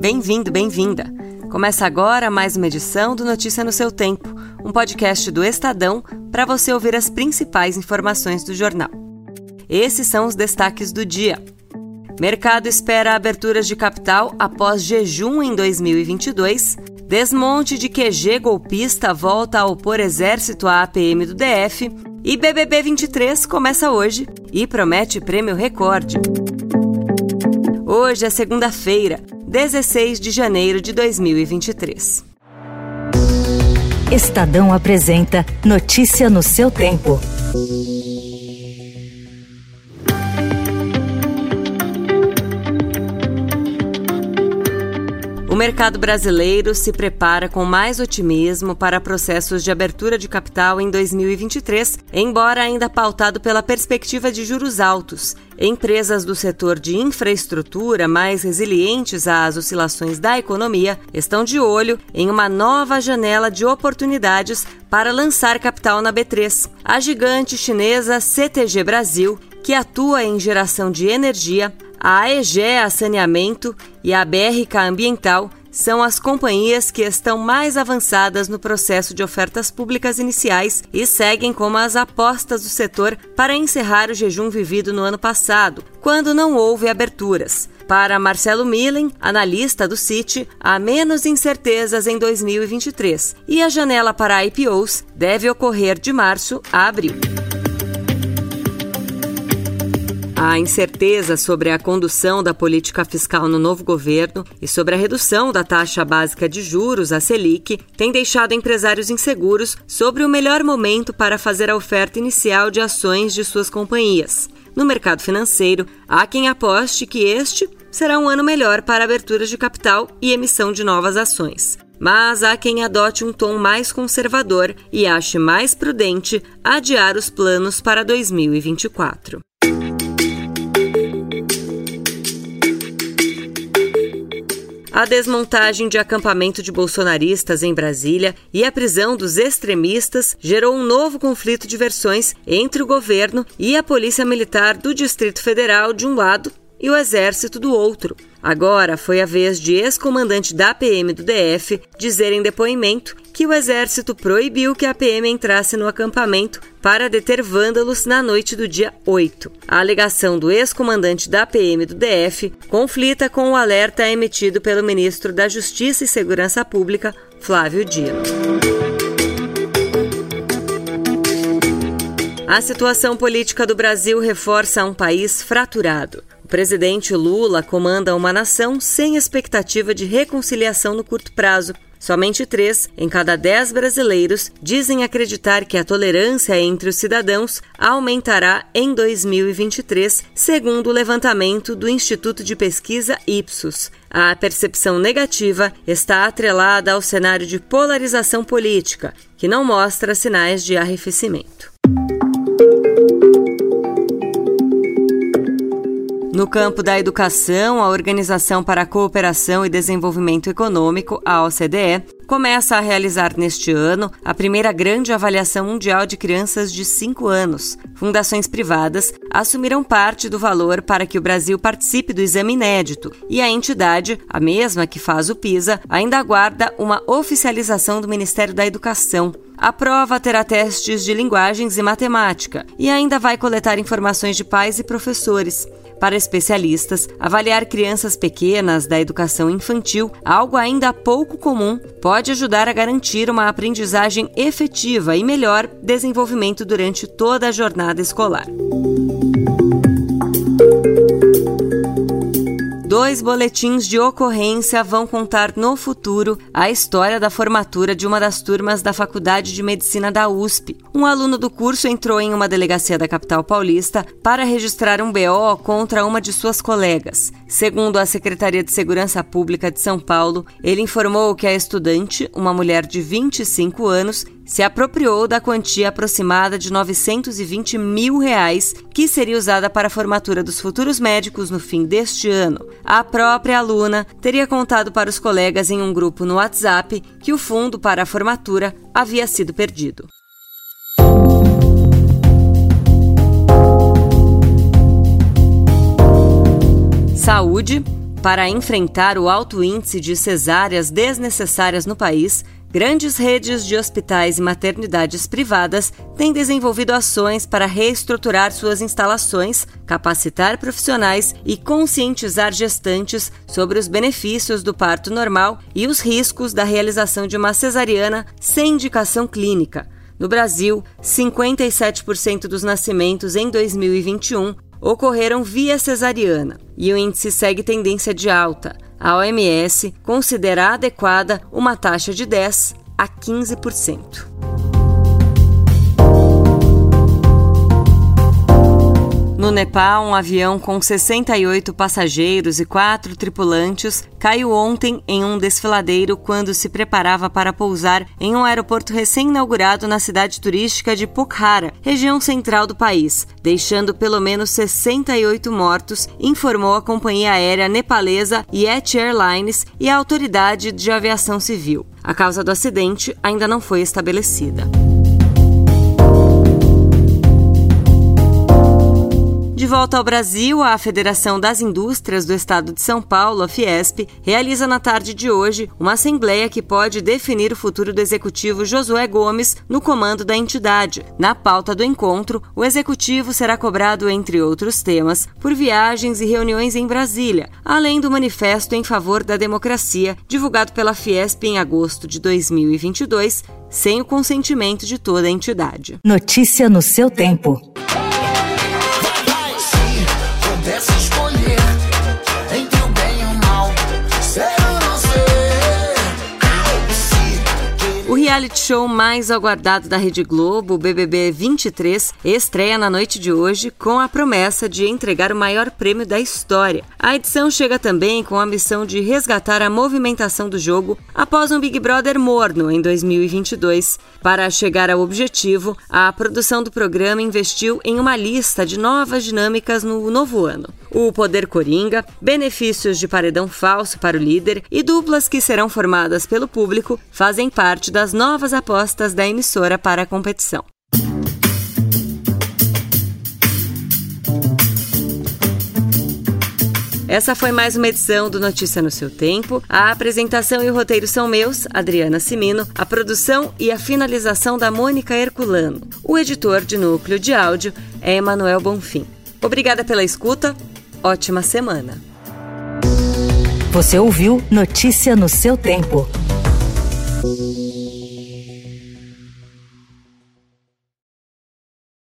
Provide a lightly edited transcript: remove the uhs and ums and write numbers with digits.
Bem-vindo, bem-vinda! Começa agora mais uma edição do Notícia no seu Tempo, um podcast do Estadão para você ouvir as principais informações do jornal. Esses são os destaques do dia. Mercado espera aberturas de capital após jejum em 2022. Desmonte de QG golpista volta a opor exército à APM do DF. E BBB 23 começa hoje e promete prêmio recorde. Hoje é segunda-feira, 16 de janeiro de 2023. Estadão apresenta Notícia no seu tempo. O mercado brasileiro se prepara com mais otimismo para processos de abertura de capital em 2023, embora ainda pautado pela perspectiva de juros altos. Empresas do setor de infraestrutura mais resilientes às oscilações da economia estão de olho em uma nova janela de oportunidades para lançar capital na B3. A gigante chinesa CTG Brasil, que atua em geração de energia, a AEGEA Saneamento e a BRK Ambiental são as companhias que estão mais avançadas no processo de ofertas públicas iniciais e seguem como as apostas do setor para encerrar o jejum vivido no ano passado, quando não houve aberturas. Para Marcelo Millen, analista do Citi, há menos incertezas em 2023 e a janela para IPOs deve ocorrer de março a abril. A incerteza sobre a condução da política fiscal no novo governo e sobre a redução da taxa básica de juros, a Selic, tem deixado empresários inseguros sobre o melhor momento para fazer a oferta inicial de ações de suas companhias. No mercado financeiro, há quem aposte que este será um ano melhor para aberturas de capital e emissão de novas ações. Mas há quem adote um tom mais conservador e ache mais prudente adiar os planos para 2024. A desmontagem de acampamento de bolsonaristas em Brasília e a prisão dos extremistas gerou um novo conflito de versões entre o governo e a Polícia Militar do Distrito Federal de um lado e o Exército do outro. Agora foi a vez de ex-comandante da PM do DF dizer em depoimento que o Exército proibiu que a PM entrasse no acampamento para deter vândalos na noite do dia 8. A alegação do ex-comandante da PM do DF conflita com o alerta emitido pelo ministro da Justiça e Segurança Pública, Flávio Dino. A situação política do Brasil reforça um país fraturado. O presidente Lula comanda uma nação sem expectativa de reconciliação no curto prazo. Somente 3 em cada 10 brasileiros dizem acreditar que a tolerância entre os cidadãos aumentará em 2023, segundo o levantamento do Instituto de Pesquisa Ipsos. A percepção negativa está atrelada ao cenário de polarização política, que não mostra sinais de arrefecimento. No campo da educação, a Organização para a Cooperação e Desenvolvimento Econômico, a OCDE, começa a realizar neste ano a primeira grande avaliação mundial de crianças de 5 anos. Fundações privadas assumiram parte do valor para que o Brasil participe do exame inédito e a entidade, a mesma que faz o PISA, ainda aguarda uma oficialização do Ministério da Educação. A prova terá testes de linguagens e matemática e ainda vai coletar informações de pais e professores. Para especialistas, avaliar crianças pequenas da educação infantil, algo ainda pouco comum, pode ajudar a garantir uma aprendizagem efetiva e melhor desenvolvimento durante toda a jornada escolar. 2 boletins de ocorrência vão contar no futuro a história da formatura de uma das turmas da Faculdade de Medicina da USP. Um aluno do curso entrou em uma delegacia da capital paulista para registrar um BO contra uma de suas colegas. Segundo a Secretaria de Segurança Pública de São Paulo, ele informou que a estudante, uma mulher de 25 anos, se apropriou da quantia aproximada de R$920 mil, que seria usada para a formatura dos futuros médicos no fim deste ano. A própria aluna teria contado para os colegas em um grupo no WhatsApp que o fundo para a formatura havia sido perdido. Saúde. para enfrentar o alto índice de cesáreas desnecessárias no país, grandes redes de hospitais e maternidades privadas têm desenvolvido ações para reestruturar suas instalações, capacitar profissionais e conscientizar gestantes sobre os benefícios do parto normal e os riscos da realização de uma cesariana sem indicação clínica. No Brasil, 57% dos nascimentos em 2021 ocorreram via cesariana e o índice segue tendência de alta. A OMS considera adequada uma taxa de 10% a 15%. No Nepal, um avião com 68 passageiros e 4 tripulantes caiu ontem em um desfiladeiro quando se preparava para pousar em um aeroporto recém-inaugurado na cidade turística de Pokhara, região central do país, deixando pelo menos 68 mortos, informou a companhia aérea nepalesa Yeti Airlines e a autoridade de aviação civil. A causa do acidente ainda não foi estabelecida. De volta ao Brasil, a Federação das Indústrias do Estado de São Paulo, a Fiesp, realiza na tarde de hoje uma assembleia que pode definir o futuro do executivo Josué Gomes no comando da entidade. Na pauta do encontro, o executivo será cobrado, entre outros temas, por viagens e reuniões em Brasília, além do manifesto em favor da democracia, divulgado pela Fiesp em agosto de 2022, sem o consentimento de toda a entidade. Notícia no seu tempo. O reality show mais aguardado da Rede Globo, o BBB 23, estreia na noite de hoje com a promessa de entregar o maior prêmio da história. A edição chega também com a missão de resgatar a movimentação do jogo após um Big Brother morno em 2022. Para chegar ao objetivo, a produção do programa investiu em uma lista de novas dinâmicas no novo ano. O Poder Coringa, benefícios de paredão falso para o líder e duplas que serão formadas pelo público fazem parte das novas apostas da emissora para a competição. Essa foi mais uma edição do Notícia no Seu Tempo. A apresentação e o roteiro são meus, Adriana Cimino, a produção e a finalização da Mônica Herculano. O editor de núcleo de áudio é Emanuel Bonfim. Obrigada pela escuta, ótima semana. Você ouviu Notícia no Seu Tempo.